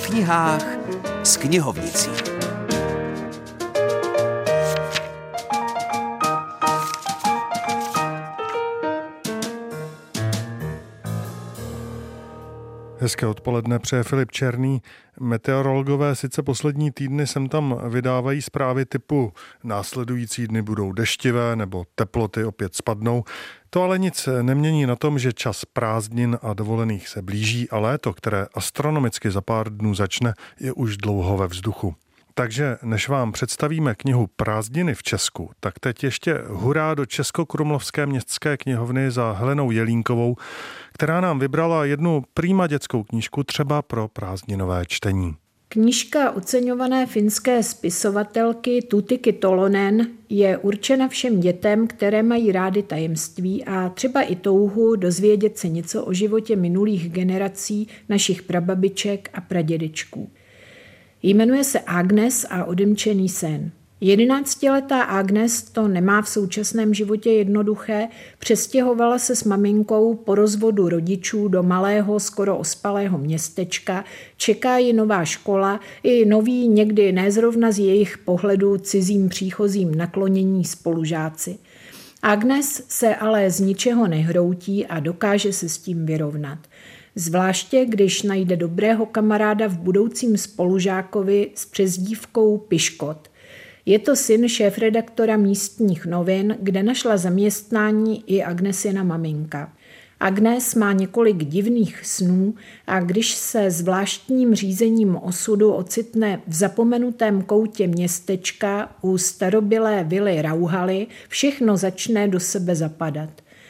knihách s knihovnicí. Hezké odpoledne přeje Filip Černý. Meteorologové sice poslední týdny sem tam vydávají zprávy typu následující dny budou deštivé nebo teploty opět spadnou. To ale nic nemění na tom, že čas prázdnin a dovolených se blíží a léto, které astronomicky za pár dnů začne, je už dlouho ve vzduchu. Takže než vám představíme knihu Prázdniny v Česku, tak teď ještě hurá do Českokrumlovské městské knihovny za Helenou Jelínkovou, která nám vybrala jednu prima dětskou knížku třeba pro prázdninové čtení. Knížka oceňované finské spisovatelky Tutikki Tolonen je určena všem dětem, které mají rády tajemství a třeba i touhu dozvědět se něco o životě minulých generací našich prababiček a pradědečků. Jmenuje se Agnes a odemčený sen. 11letá Agnes to nemá v současném životě jednoduché, přestěhovala se s maminkou po rozvodu rodičů do malého, skoro ospalého městečka, čeká ji nová škola i noví, někdy nezrovna z jejich pohledu cizím příchozím naklonění spolužáci. Agnes se ale z ničeho nehroutí a dokáže se s tím vyrovnat. Zvláště, když najde dobrého kamaráda v budoucím spolužákovi s přezdívkou Piškot. Je to syn šéfredaktora místních novin, kde našla zaměstnání i Agnesina maminka. Agnes má několik divných snů a když se zvláštním řízením osudu ocitne v zapomenutém koutě městečka u starobylé vily Rauhaly, všechno začne do sebe zapadat.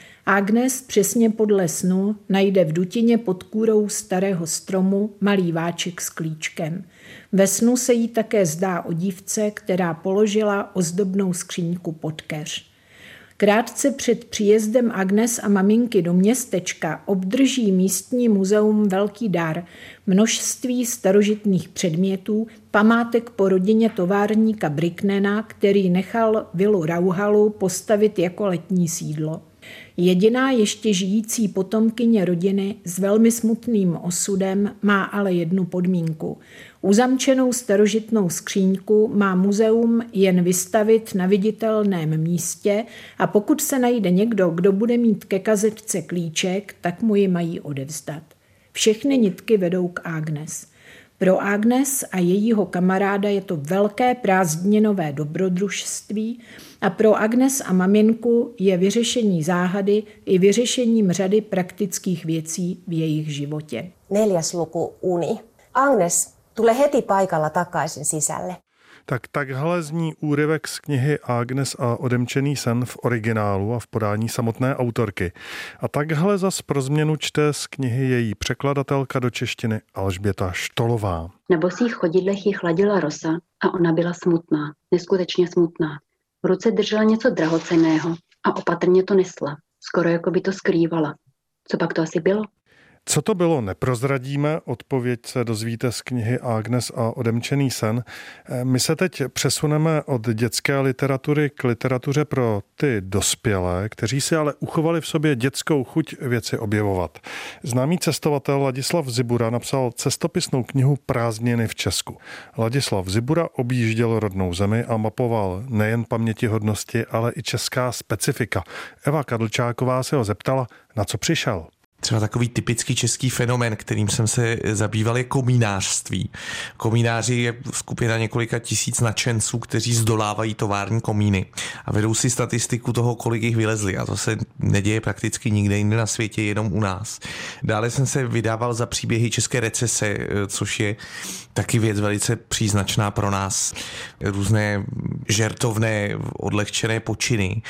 Agnes přesně podle snu najde v dutině pod kůrou starého stromu malý váček s klíčkem. Ve snu se jí také zdá o dívce, která položila ozdobnou skříňku pod keř. Krátce před příjezdem Agnes a maminky do městečka obdrží místní muzeum velký dar, množství starožitných předmětů, památek po rodině továrníka Bricknena, který nechal vilu Rauhalu postavit jako letní sídlo. Jediná ještě žijící potomkyně rodiny s velmi smutným osudem má ale jednu podmínku. Uzamčenou starožitnou skříňku má muzeum jen vystavit na viditelném místě a pokud se najde někdo, kdo bude mít ke kazetce klíček, tak mu ji mají odevzdat. Všechny nitky vedou k Agnes. Pro Agnes a jejího kamaráda je to velké prázdninové dobrodružství a pro Agnes a maminku je vyřešení záhady i vyřešením řady praktických věcí v jejich životě. 4. luku uni. Agnes, tule heti paikalla takaisin sisälle. Tak takhle zní úryvek z knihy Agnes a odemčený sen v originálu a v podání samotné autorky. A takhle zas pro změnu čte z knihy její překladatelka do češtiny Alžběta Štolová. Na bosých chodidlech jí chladila rosa a ona byla smutná, neskutečně smutná. V ruce držela něco drahocenného a opatrně to nesla, skoro jako by to skrývala. Co pak to asi bylo? Co to bylo, neprozradíme, odpověď se dozvíte z knihy Agnes a odemčený sen. My se teď přesuneme od dětské literatury k literatuře pro ty dospělé, kteří si ale uchovali v sobě dětskou chuť věci objevovat. Známý cestovatel Ladislav Zibura napsal cestopisnou knihu Prázdniny v Česku. Ladislav Zibura objížděl rodnou zemi a mapoval nejen pamětihodnosti, ale i česká specifika. Eva Kadlčáková se ho zeptala, na co přišel. Třeba takový typický český fenomén, kterým jsem se zabýval, je komínářství. Komínáři je skupina několika tisíc nadšenců, kteří zdolávají tovární komíny a vedou si statistiku toho, kolik jich vylezli. A to se neděje prakticky nikde jinde na světě, jenom u nás. Dále jsem se vydával za příběhy české recese, což je taky věc velice příznačná pro nás. Různé žertovné, odlehčené počiny.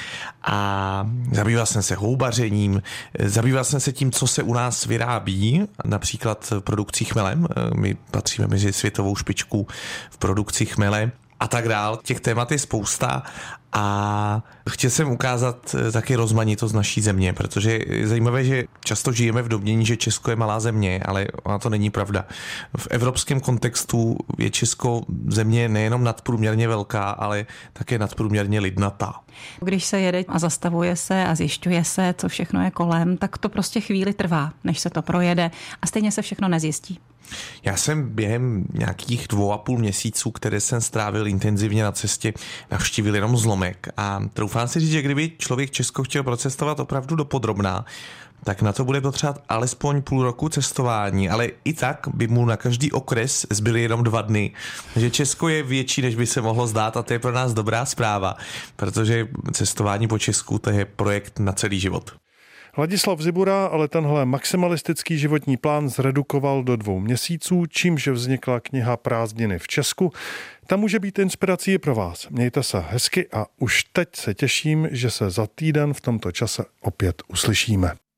A zabýval jsem se houbařením, zabýval jsem se tím, co se u nás vyrábí, například produkcí chmelem. My patříme mezi světovou špičku v produkci chmele a tak dál. Těch témat je spousta a chtěl jsem ukázat taky rozmanitost naší země, protože je zajímavé, že často žijeme v domnění, že Česko je malá země, ale ona to není pravda. V evropském kontextu je Česko země nejenom nadprůměrně velká, ale také nadprůměrně lidnatá. Když se jede a zastavuje se a zjišťuje se, co všechno je kolem, tak to prostě chvíli trvá, než se to projede a stejně se všechno nezjistí. Já jsem během nějakých 2,5 měsíců, které jsem strávil intenzivně na cestě, navštívil jenom zlomek a troufám si říct, že kdyby člověk Česko chtěl procestovat opravdu dopodrobná, tak na to bude potřebovat alespoň půl roku cestování, ale i tak by mu na každý okres zbyly jenom 2 dny. Že Česko je větší, než by se mohlo zdát a to je pro nás dobrá zpráva, protože cestování po Česku to je projekt na celý život. Ladislav Zibura ale tenhle maximalistický životní plán zredukoval do 2 měsíců, čímž vznikla kniha Prázdniny v Česku. Ta může být inspirací i pro vás. Mějte se hezky a už teď se těším, že se za týden v tomto čase opět uslyšíme.